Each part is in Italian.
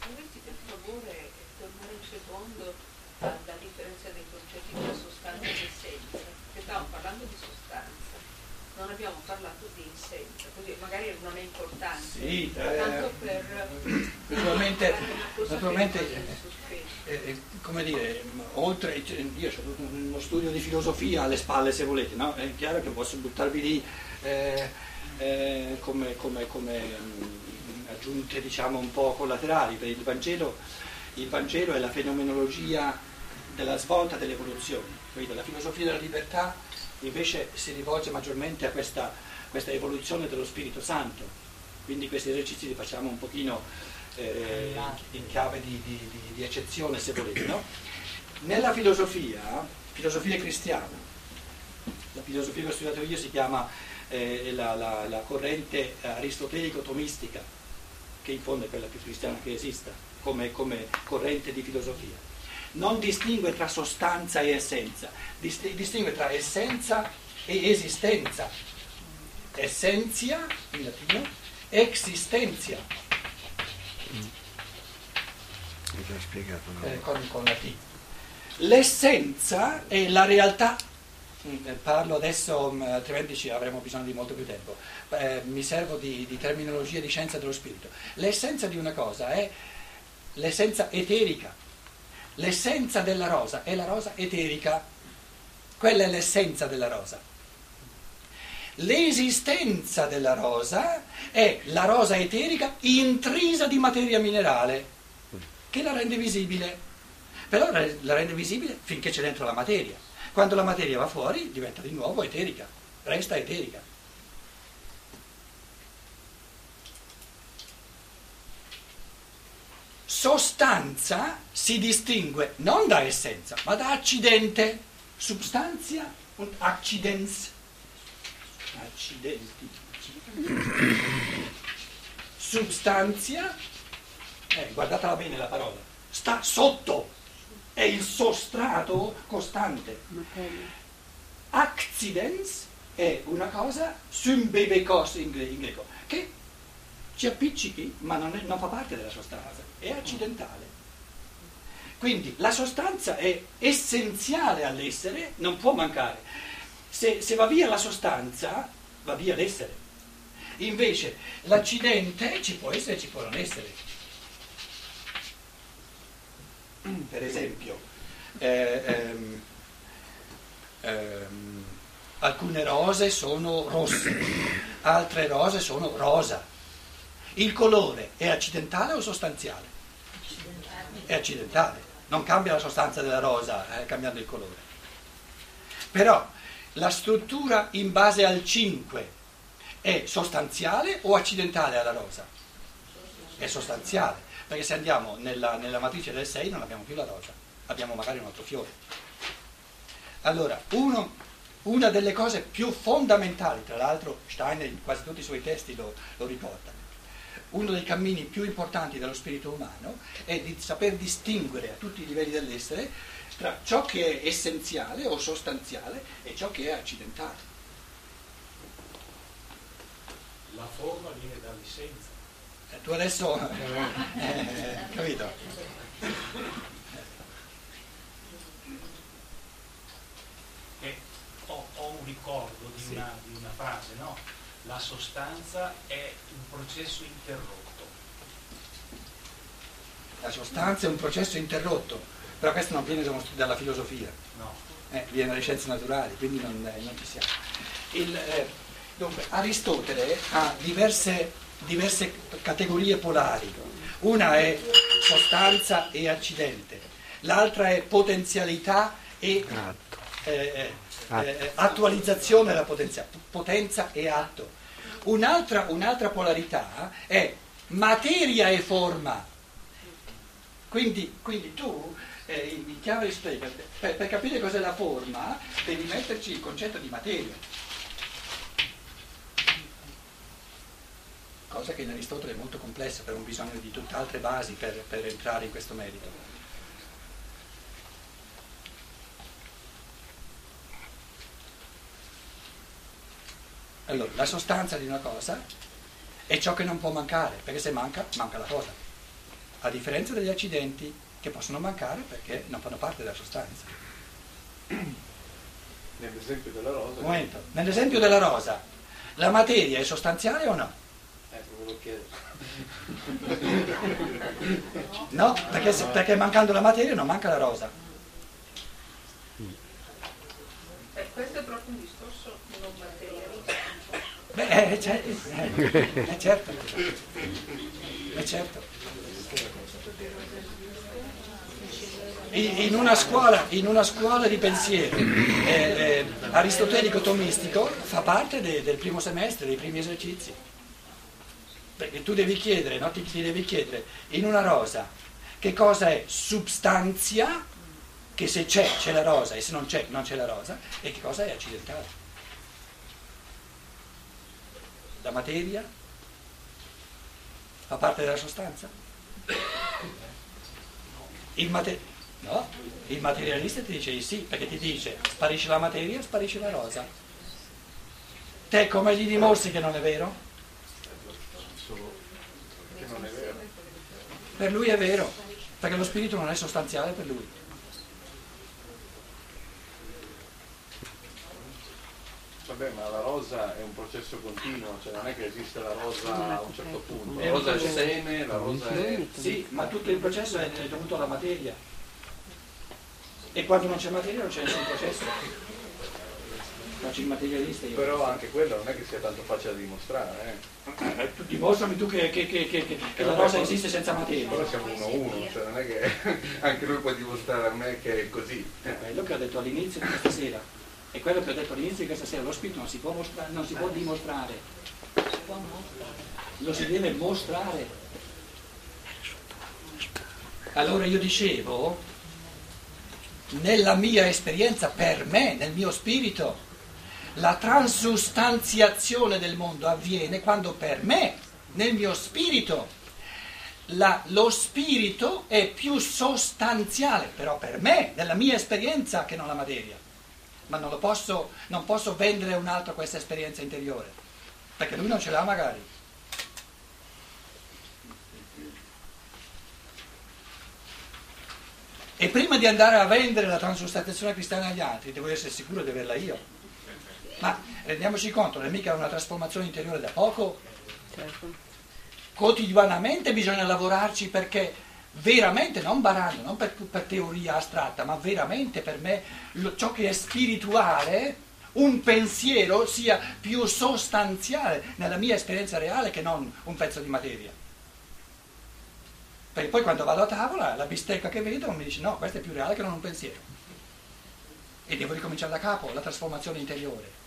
Potresti per favore tornare un secondo alla differenza dei concetti tra sostanza ed essenza? Perché stavamo parlando di sostanza, non abbiamo parlato di essenza, così magari non è importante. Sì, tanto per naturalmente come dire, oltre, io ho uno studio di filosofia alle spalle, se volete, no? È chiaro che posso buttarvi lì come aggiunte, diciamo, un po' collaterali. Per il Vangelo è la fenomenologia della svolta dell'evoluzione, la filosofia della libertà invece si rivolge maggiormente a questa evoluzione dello Spirito Santo, quindi questi esercizi li facciamo un pochino in chiave di eccezione, se volete, no? Nella filosofia cristiana, la filosofia che ho studiato io si chiama la corrente aristotelico-tomistica, che in fondo è quella più cristiana che esista come corrente di filosofia. Non distingue tra sostanza e essenza, distingue tra essenza e esistenza. Essentia, in latino, existentia. Già spiegato, no? Con la T. L'essenza è la realtà. Parlo adesso, altrimenti avremo bisogno di molto più tempo. Mi servo di terminologia di scienza dello spirito. L'essenza di una cosa è l'essenza eterica. L'essenza della rosa è la rosa eterica. Quella è l'essenza della rosa. L'esistenza della rosa è la rosa eterica intrisa di materia minerale, che la rende visibile. Però la rende visibile finché c'è dentro la materia. Quando la materia va fuori diventa di nuovo eterica, resta eterica. Sostanza si distingue non da essenza, ma da accidente. Substantia und accidens. Accidenti. Substantia, guardatela bene la parola, sta sotto, è il sostrato costante. Accidens è una cosa, symbebekos in greco, che ci appiccichi, ma non fa parte della sostanza, è accidentale. Quindi la sostanza è essenziale all'essere, non può mancare. Se va via la sostanza, va via l'essere. Invece l'accidente ci può essere e ci può non essere. Per esempio, alcune rose sono rosse, altre rose sono rosa. Il colore è accidentale o sostanziale? È accidentale, non cambia la sostanza della rosa cambiando il colore. Però la struttura in base al 5 è sostanziale o accidentale alla rosa? È sostanziale, perché se andiamo nella matrice del 6 non abbiamo più la rosa, abbiamo magari un altro fiore. Allora, una delle cose più fondamentali, tra l'altro Steiner in quasi tutti i suoi testi lo ricorda, uno dei cammini più importanti dello spirito umano è di saper distinguere a tutti i livelli dell'essere tra ciò che è essenziale o sostanziale e ciò che è accidentale. La forma viene dall'essenza. Tu adesso capito? Ho un ricordo di una frase, no? La sostanza è un processo interrotto. La sostanza è un processo interrotto, però questo non viene dalla filosofia, No. Viene dalle scienze naturali, quindi non ci siamo. Dunque, Aristotele ha diverse categorie polari. Una è sostanza e accidente, l'altra è potenzialità e attualizzazione della potenza e atto. Un'altra polarità è materia e forma. Quindi tu, in chiave spiega, per capire cos'è la forma, devi metterci il concetto di materia. Cosa che in Aristotele è molto complessa, per un bisogno di tutt'altre basi per entrare in questo merito. Allora, la sostanza di una cosa è ciò che non può mancare, perché se manca la cosa. a differenza degli accidenti che possono mancare perché non fanno parte della sostanza. Nell'esempio della rosa. Un momento, nell'esempio della rosa, la materia è sostanziale o no? Ve lo chiedo. No, perché mancando la materia non manca la rosa. Questo è proprio un discorso non materialista. Beh, certo. In una scuola di pensiero aristotelico-tomistico fa parte del primo semestre, dei primi esercizi. Perché tu devi chiedere, no? Ti devi chiedere in una rosa che cosa è substanzia, che se c'è la rosa e se non c'è la rosa, e che cosa è accidentale. La materia fa parte della sostanza? Il materialista ti dice di sì, perché ti dice sparisce la materia, sparisce la rosa. Te come gli dimostri che non è vero? Che non è vero. Per lui è vero, perché lo spirito non è sostanziale per lui. Vabbè, ma la rosa è un processo continuo, cioè non è che esiste la rosa a un certo punto. La rosa è il seme, la rosa è... Sì, ma tutto il processo è dovuto alla materia. E quando non c'è materia non c'è nessun processo. Non c'è il materialista. Però anche quello non è che sia tanto facile da dimostrare. Dimostrami tu che la rosa esiste senza materia. Però siamo 1-1, cioè non è che anche lui può dimostrare a me che è così. È quello che ho detto all'inizio di questa sera. È quello che ho detto all'inizio di questa sera. Lo spirito non si può dimostrare. Lo si deve mostrare. Allora io dicevo, nella mia esperienza, per me, nel mio spirito, la transustanziazione del mondo avviene quando per me, nel mio spirito, lo spirito è più sostanziale, però per me, nella mia esperienza, che non la materia. Ma non posso vendere a un altro questa esperienza interiore, perché lui non ce l'ha magari. E prima di andare a vendere la transustanziazione cristiana agli altri, devo essere sicuro di averla io. Ma rendiamoci conto, non è mica una trasformazione interiore da poco. Quotidianamente bisogna lavorarci perché veramente, non barando, non per teoria astratta, ma veramente per me ciò che è spirituale, un pensiero sia più sostanziale nella mia esperienza reale che non un pezzo di materia. Perché poi quando vado a tavola, la bistecca che vedo mi dice no, questo è più reale che non un pensiero. E devo ricominciare da capo, la trasformazione interiore.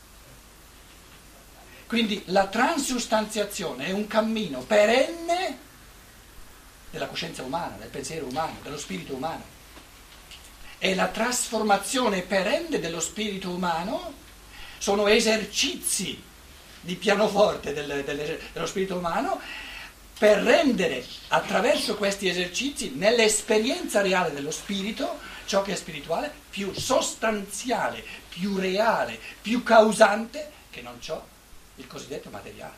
Quindi la transustanziazione è un cammino perenne della coscienza umana, del pensiero umano, dello spirito umano. E la trasformazione perenne dello spirito umano sono esercizi di pianoforte dello spirito umano per rendere attraverso questi esercizi nell'esperienza reale dello spirito ciò che è spirituale più sostanziale, più reale, più causante che non ciò il cosiddetto materiale.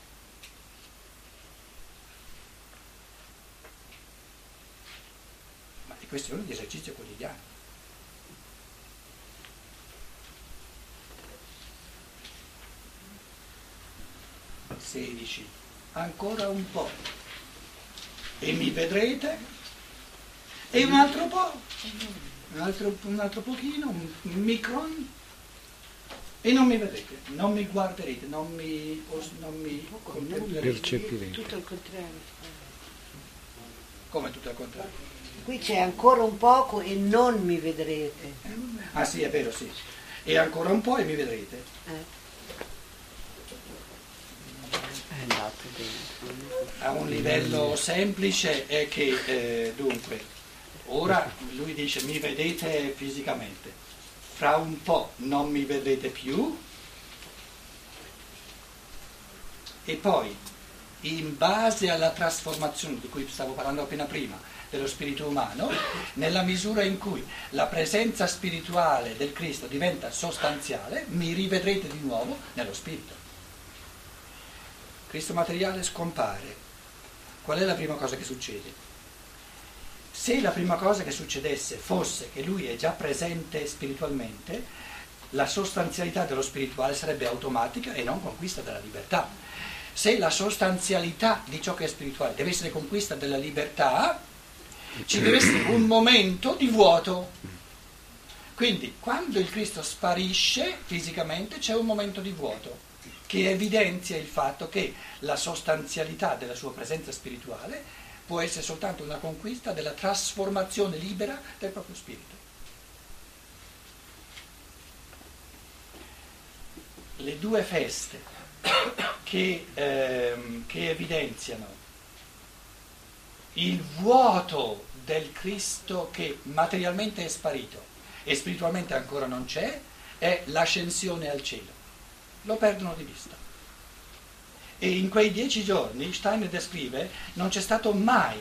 Ma è questione di esercizio quotidiano. Ancora un po' e mi vedrete, e un altro po', un altro pochino, un micron, e non mi vedrete, non mi guarderete, non mi contemplerete. Percepirete. Tutto il contrario. Come tutto al contrario? Qui c'è ancora un poco e non mi vedrete. Ah sì, è vero, sì. E ancora un po' e mi vedrete. A un livello semplice è che dunque ora lui dice mi vedete fisicamente, fra un po' non mi vedrete più, e poi in base alla trasformazione di cui stavo parlando appena prima dello spirito umano, nella misura in cui la presenza spirituale del Cristo diventa sostanziale, mi rivedrete di nuovo nello spirito. Cristo materiale scompare. Qual è la prima cosa che succede? se la prima cosa che succedesse fosse che lui è già presente spiritualmente, la sostanzialità dello spirituale sarebbe automatica e non conquista della libertà. Se la sostanzialità di ciò che è spirituale deve essere conquista della libertà, ci deve essere un momento di vuoto. Quindi quando il Cristo sparisce fisicamente c'è un momento di vuoto che evidenzia il fatto che la sostanzialità della sua presenza spirituale può essere soltanto una conquista della trasformazione libera del proprio spirito. Le due feste che evidenziano il vuoto del Cristo che materialmente è sparito e spiritualmente ancora non c'è, è l'ascensione al cielo. Lo perdono di vista. E in quei 10 giorni, Steiner descrive, non c'è stato mai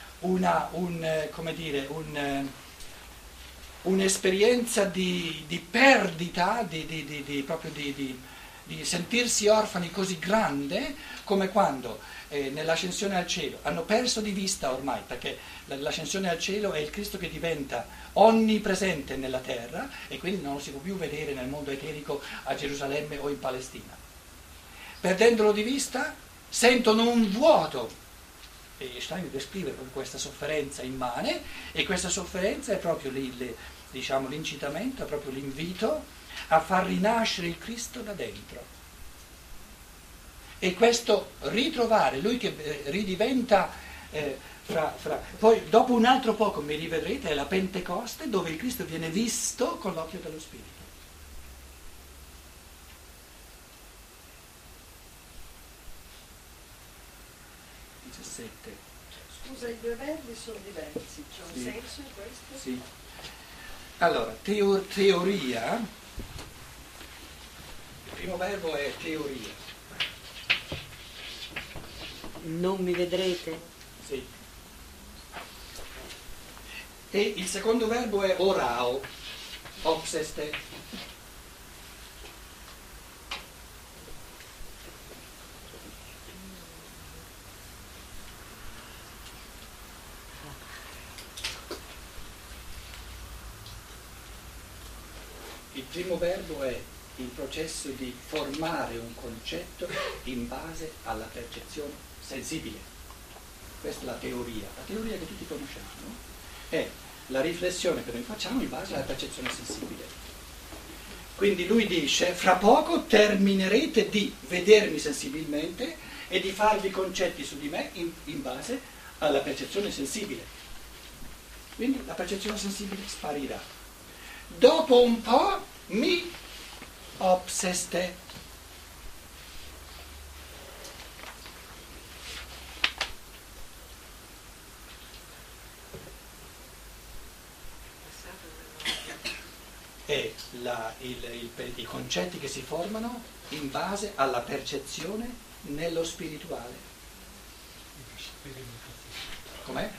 un'esperienza di perdita, proprio di sentirsi orfani così grande come quando nell'ascensione al cielo hanno perso di vista ormai, perché l'ascensione al cielo è il Cristo che diventa onnipresente nella terra e quindi non lo si può più vedere nel mondo eterico a Gerusalemme o in Palestina. Perdendolo di vista sentono un vuoto e Steiner descrive proprio questa sofferenza immane e questa sofferenza è proprio l'incitamento, è proprio l'invito a far rinascere il Cristo da dentro. E questo ritrovare, lui che ridiventa, poi dopo un altro poco mi rivedrete, è la Pentecoste dove il Cristo viene visto con l'occhio dello Spirito. Scusa, i due verbi sono diversi, c'è un senso in questo? Sì. Allora, teoria, il primo verbo è teoria. Non mi vedrete? Sì. E il secondo verbo è orao, opseste. Il primo verbo è il processo di formare un concetto in base alla percezione sensibile. Questa è la teoria che tutti conosciamo, no? È la riflessione che noi facciamo in base alla percezione sensibile. Quindi lui dice, fra poco terminerete di vedermi sensibilmente e di farvi concetti su di me in base alla percezione sensibile. Quindi la percezione sensibile sparirà. Dopo un po' mi obseste. E i concetti che si formano in base alla percezione nello spirituale. Com'è?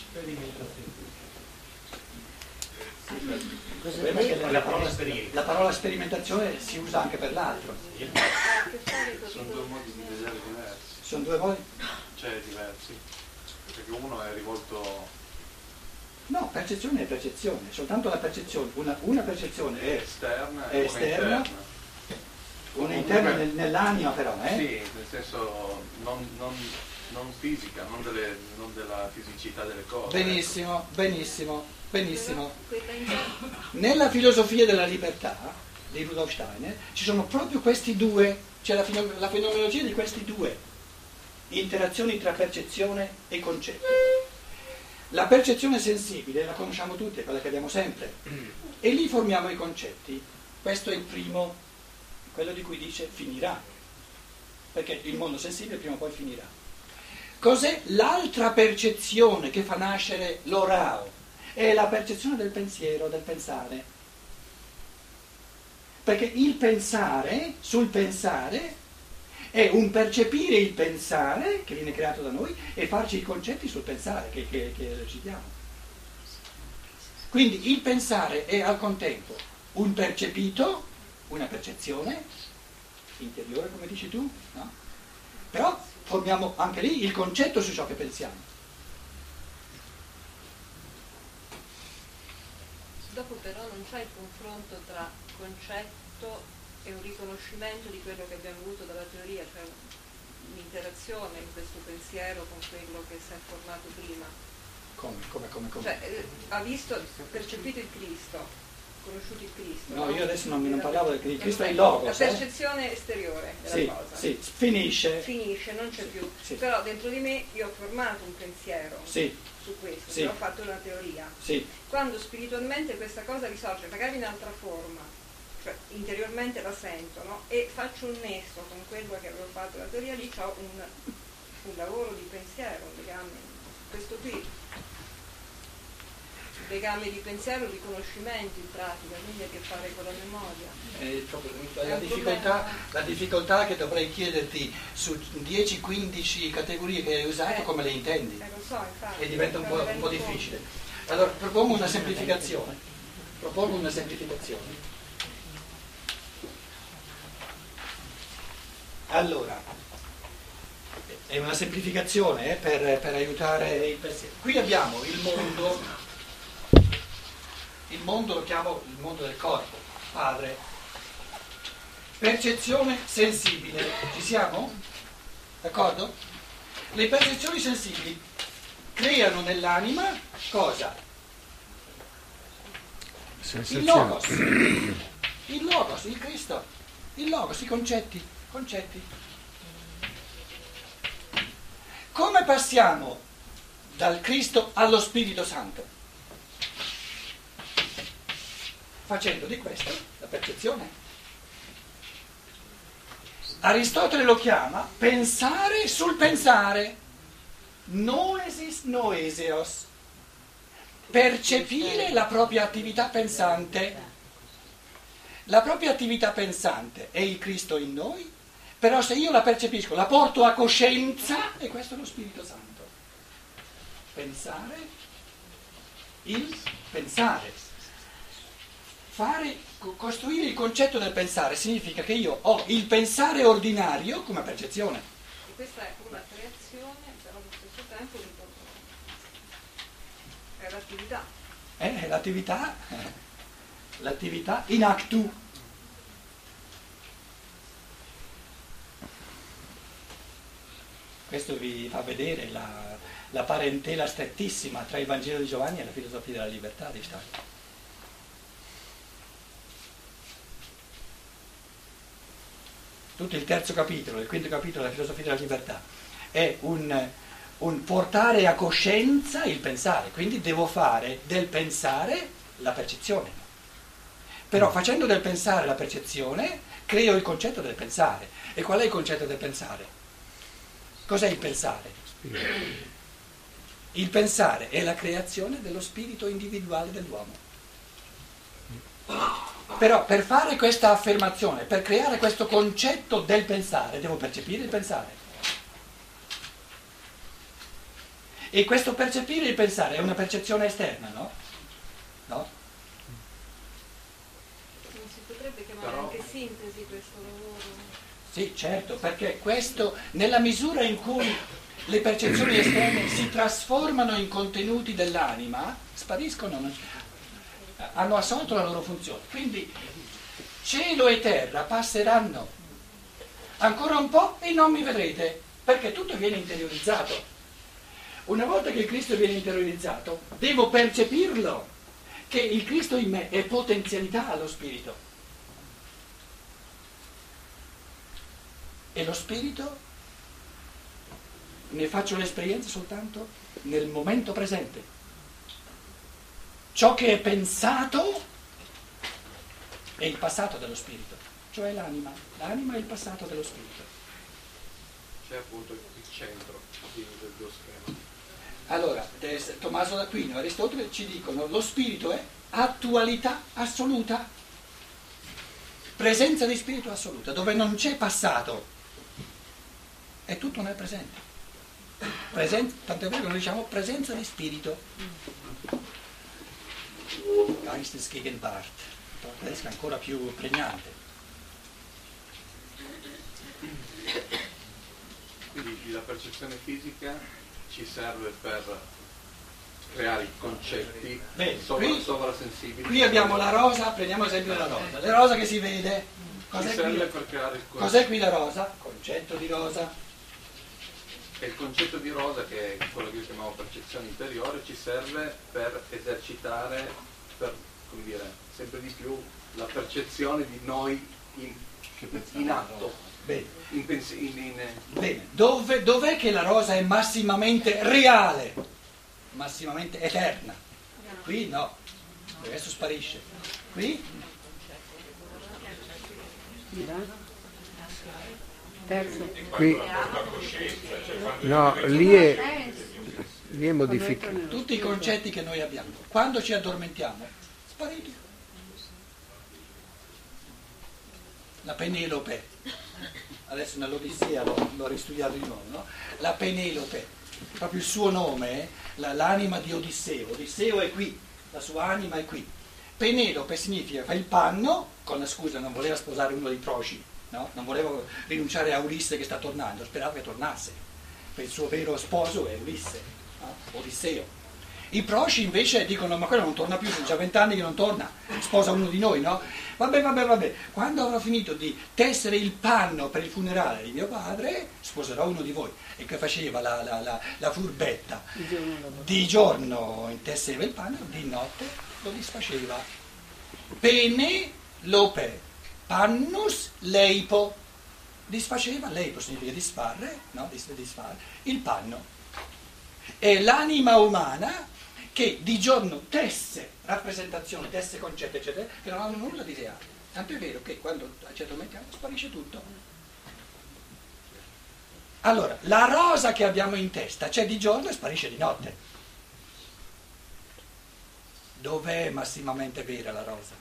La parola sperimentazione si usa anche per l'altro. Sono due modi di vedere diversi. Sono due modi? Cioè diversi. Perché uno è rivolto. No, percezione è percezione, soltanto la percezione. Una percezione è esterna è e esterna, una interna nell'anima però, Sì, nel senso non fisica, non della fisicità delle cose. Benissimo. Nella filosofia della libertà di Rudolf Steiner ci sono proprio questi due, c'è la fenomenologia di questi due interazioni tra percezione e concetto. La percezione sensibile la conosciamo tutti, è quella che abbiamo sempre, e lì formiamo i concetti. Questo è il primo, quello di cui dice finirà, perché il mondo sensibile prima o poi finirà. Cos'è l'altra percezione che fa nascere l'orao? È la percezione del pensiero, del pensare. Perché il pensare, sul pensare, è un percepire il pensare che viene creato da noi e farci i concetti sul pensare che recitiamo. Quindi il pensare è al contempo un percepito, una percezione interiore, come dici tu, no? Però formiamo anche lì il concetto su ciò che pensiamo. dopo però non c'è il confronto tra concetto e un riconoscimento di quello che abbiamo avuto dalla teoria, cioè un'interazione in questo pensiero con quello che si è formato prima. Come? Cioè, ha percepito il Cristo, conosciuto il Cristo. No, io adesso non parlavo del Cristo, Cristo è il Logos. La percezione esteriore della cosa. Sì, finisce, non c'è più. Sì. Però dentro di me io ho formato un pensiero su questo, sì. ho fatto una teoria. Sì. Quando spiritualmente questa cosa risorge, magari in altra forma, cioè interiormente la sento, no? E faccio un nesso con quello che avevo fatto la teoria, lì ho un lavoro di pensiero, un legame. Questo qui, legame di pensiero, riconoscimento in pratica, quindi ha a che fare con la memoria. La difficoltà che dovrei chiederti su 10-15 categorie che hai usato, come le intendi? Lo so, infatti. E diventa un po' difficile. Allora, propongo una semplificazione. Allora, è una semplificazione per aiutare il pensiero. Qui abbiamo il mondo lo chiamo il mondo del corpo, padre. Percezione sensibile, ci siamo? D'accordo? Le percezioni sensibili creano nell'anima cosa? Il Logos, il Cristo, il Logos, i concetti. Come passiamo dal Cristo allo Spirito Santo? Facendo di questo la percezione. Aristotele lo chiama pensare sul pensare, noesis noeseos, percepire la propria attività pensante. La propria attività pensante è il Cristo in noi, però se io la percepisco, la porto a coscienza, e questo è lo Spirito Santo. Pensare, il pensare. Costruire il concetto del pensare significa che io ho il pensare ordinario come percezione. E questa è una creazione, però allo stesso tempo è l'attività. È l'attività in actu. Questo vi fa vedere la parentela strettissima tra il Vangelo di Giovanni e la filosofia della libertà di Steiner. Tutto il terzo capitolo, il quinto capitolo della filosofia della libertà è un portare a coscienza il pensare, quindi devo fare del pensare la percezione. Però facendo del pensare la percezione creo il concetto del pensare. E qual è il concetto del pensare? Cos'è il pensare? Il pensare è la creazione dello spirito individuale dell'uomo. Però per fare questa affermazione, per creare questo concetto del pensare, devo percepire il pensare. E questo percepire il pensare è una percezione esterna, no? No? Non si potrebbe chiamare anche sintesi questo lavoro? Sì, certo, perché questo, nella misura in cui le percezioni esterne si trasformano in contenuti dell'anima, spariscono, hanno assolto la loro funzione. Quindi cielo e terra passeranno ancora un po' e non mi vedrete, perché tutto viene interiorizzato. Una volta che il Cristo viene interiorizzato, devo percepirlo, che il Cristo in me è potenzialità allo Spirito. E lo Spirito ne faccio l'esperienza soltanto nel momento presente. Ciò che è pensato è il passato dello Spirito, cioè l'anima. L'anima è il passato dello Spirito. C'è appunto il centro dello schema. Allora, Tommaso d'Aquino e Aristotele ci dicono lo Spirito è attualità assoluta, presenza di Spirito assoluta, dove non c'è passato, è tutto nel presente. Tant'è vero che noi diciamo presenza di Spirito. Geistesgegenwart, tedesco ancora più pregnante. Quindi la percezione fisica ci serve per creare i concetti Bene, sovrasensibili. Qui abbiamo la rosa, prendiamo l'esempio della rosa. La rosa che si vede, Ci serve per creare il cos'è qui la rosa? Concetto di rosa. E il concetto di rosa, che è quello che io chiamavo percezione interiore, ci serve per esercitare, per, come dire, sempre di più la percezione di noi in atto. Bene. Bene. Dov'è che la rosa è massimamente reale, massimamente eterna? Qui no, adesso sparisce. Qui? Terzo. Qui, no, lì è modificato. Tutti i concetti che noi abbiamo, quando ci addormentiamo, spariti. La Penelope, adesso nell'Odissea l'ho ristudiato di nuovo, no? La Penelope, proprio il suo nome, l'anima di Odisseo. Odisseo è qui, la sua anima è qui. Penelope significa fa il panno, con la scusa non voleva sposare uno dei proci, no? Non voleva rinunciare a Ulisse che sta tornando, sperava che tornasse. Il suo vero sposo è Ulisse, no? Odisseo. I proci invece dicono ma quello non torna più, sono già 20 anni che non torna, sposa uno di noi, no? Vabbè, quando avrò finito di tessere il panno per il funerale di mio padre, sposerò uno di voi. E che faceva la furbetta? Di giorno intesseva il panno, di notte lo disfaceva. Penelope, pannus leipo, disfaceva, leipo significa disfare, no? Disfare, il panno. È l'anima umana che di giorno tesse rappresentazioni, tesse concetti, eccetera, che non hanno nulla di reale. Tanto è vero che quando ci addormentiamo sparisce tutto. Allora, la rosa che abbiamo in testa c'è di giorno e sparisce di notte. Dov'è massimamente vera la rosa?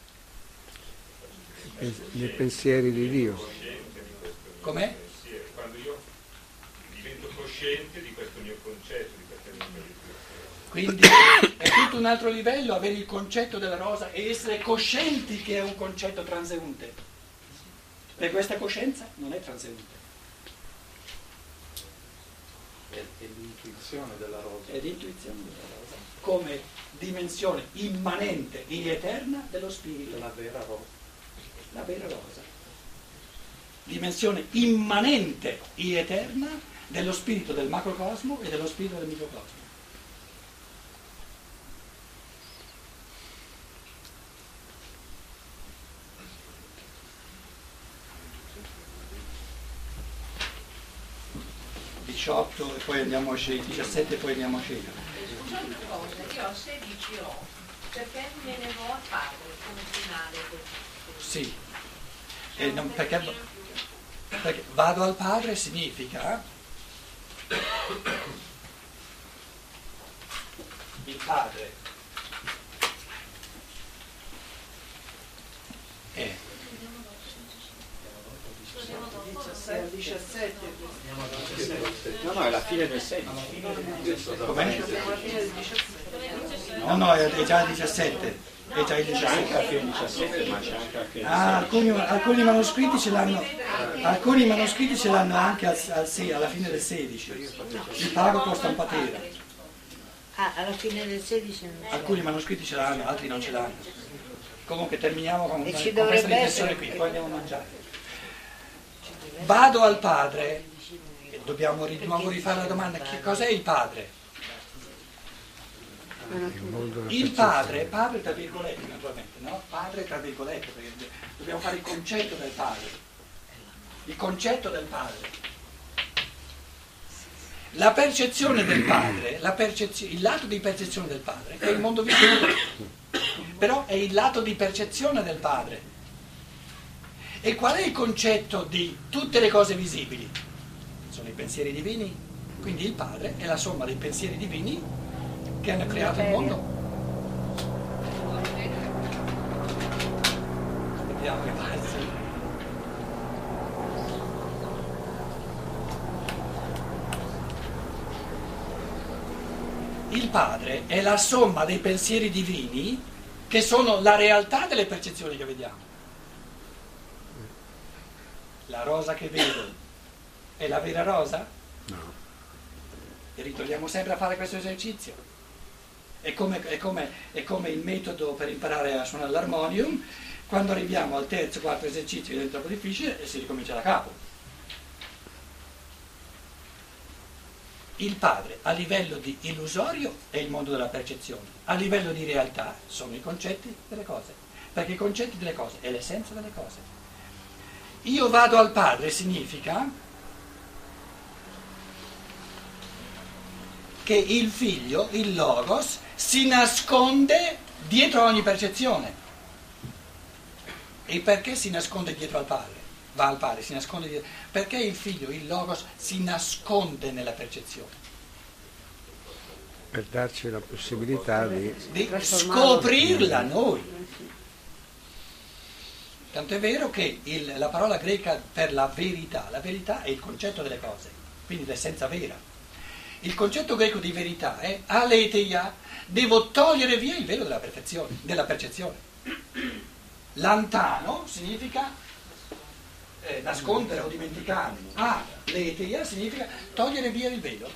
Nei pensieri di Dio. Com'è? Quando io divento cosciente di questo mio concetto, di questa mia meditazione. Quindi è tutto un altro livello avere il concetto della rosa e essere coscienti che è un concetto transeunte. E questa coscienza non è transeunte. È l'intuizione della rosa. È l'intuizione della rosa come dimensione immanente e eterna dello spirito. La vera rosa. La vera rosa. Dimensione immanente e eterna dello spirito del macrocosmo e dello spirito del microcosmo. E poi andiamo a cena, 17 e poi andiamo a cena. Scusate una cosa, io ho 16 O, perché me ne vo a padre come finale? Sì, perché vado al padre significa il padre è 17. No, è la fine del 16. com'è? No, è già il 17. È già il 17. C'è anche la fine del 17, ma c'è anche la fine del Alcuni manoscritti ce l'hanno anche alla fine del 16. Il pago costa un patera. Alla fine del 16 non c'è. Alcuni manoscritti ce l'hanno, altri non ce l'hanno. Comunque terminiamo con E ci questa dovrebbe riflessione essere qui, poi andiamo a mangiare. Vado al padre, e dobbiamo di nuovo rifare la domanda, che cos'è il padre? Il padre tra virgolette naturalmente, no? Padre tra virgolette, perché dobbiamo fare il concetto del padre. Il concetto del padre. La percezione del padre, il lato di percezione del padre è il mondo visibile, però è il lato di percezione del padre. E qual è il concetto di tutte le cose visibili? Sono i pensieri divini, quindi il padre è la somma dei pensieri divini che hanno creato il mondo. Vediamo che passa. Il padre è la somma dei pensieri divini che sono la realtà delle percezioni che vediamo. La rosa che vedo è la vera rosa? No. E ritorniamo sempre a fare questo esercizio. è come il metodo per imparare a suonare l'armonium. Quando arriviamo al terzo, quarto esercizio diventa troppo difficile e si ricomincia da capo. Il padre a livello di illusorio è il mondo della percezione, a livello di realtà sono i concetti delle cose, perché i concetti delle cose è l'essenza delle cose. Io vado al padre significa che il figlio, il logos, si nasconde dietro ogni percezione. E perché si nasconde dietro al padre? Va al padre, si nasconde dietro. Perché il figlio, il logos, si nasconde nella percezione? Per darci la possibilità di scoprirla noi. Tanto è vero che la parola greca per la verità è il concetto delle cose, quindi l'essenza vera. Il concetto greco di verità è aletheia, devo togliere via il velo della perfezione, della percezione. Lantano significa nascondere o dimenticare. Aletheia significa togliere via il velo.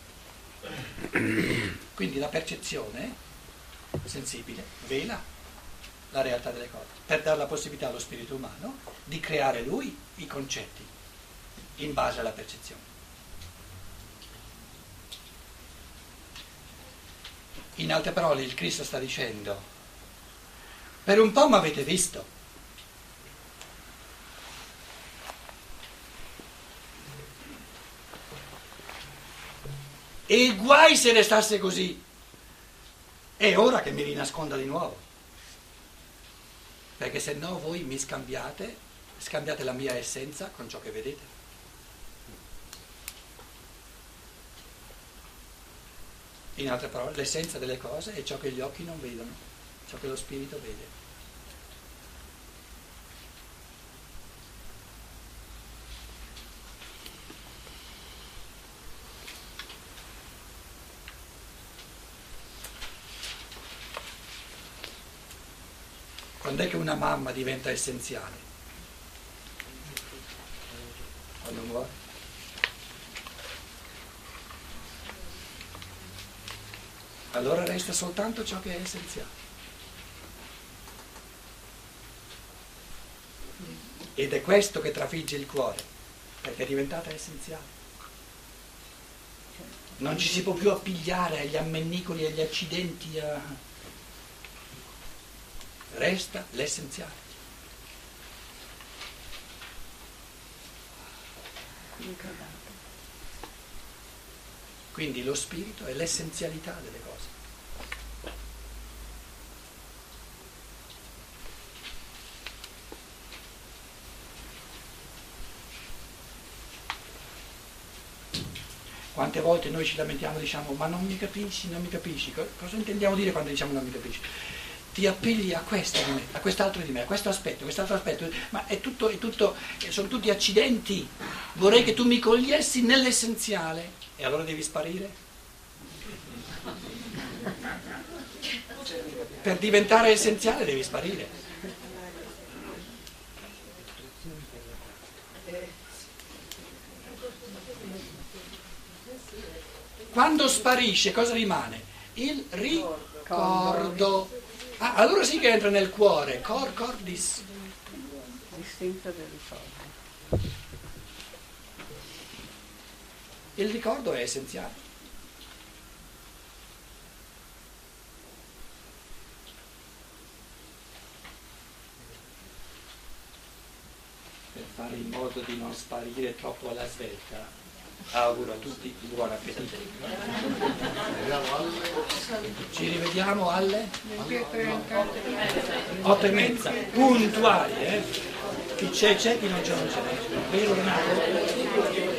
Quindi la percezione sensibile vela la realtà delle cose, per dare la possibilità allo spirito umano di creare lui i concetti in base alla percezione. In altre parole, il Cristo sta dicendo: per un po' mi avete visto, e guai se restasse così, è ora che mi rinasconda di nuovo, perché se no voi mi scambiate la mia essenza con ciò che vedete. In altre parole, l'essenza delle cose è ciò che gli occhi non vedono, ciò che lo spirito vede. Quando è che una mamma diventa essenziale? Quando muore. Allora resta soltanto ciò che è essenziale. Ed è questo che trafigge il cuore, perché è diventata essenziale. Non ci si può più appigliare agli ammennicoli, agli accidenti. Resta l'essenziale. Quindi lo spirito è l'essenzialità delle cose. Quante volte noi ci lamentiamo, diciamo: ma non mi capisci, non mi capisci. Cosa intendiamo dire quando diciamo non mi capisci? Ti appigli a questo di me, a quest'altro di me, a questo aspetto, ma è tutto, sono tutti accidenti. Vorrei che tu mi cogliessi nell'essenziale. E allora devi sparire? Per diventare essenziale devi sparire. Quando sparisce cosa rimane? Il ricordo. Allora sì che entra nel cuore. Cordis. Distinto del ricordo. Il ricordo è essenziale. Per fare in modo di non sparire troppo alla svelta, auguro a tutti buon appetito. Ci rivediamo alle 8:30, puntuali, Chi c'è, chi non c'è, non c'è. Vero Renato?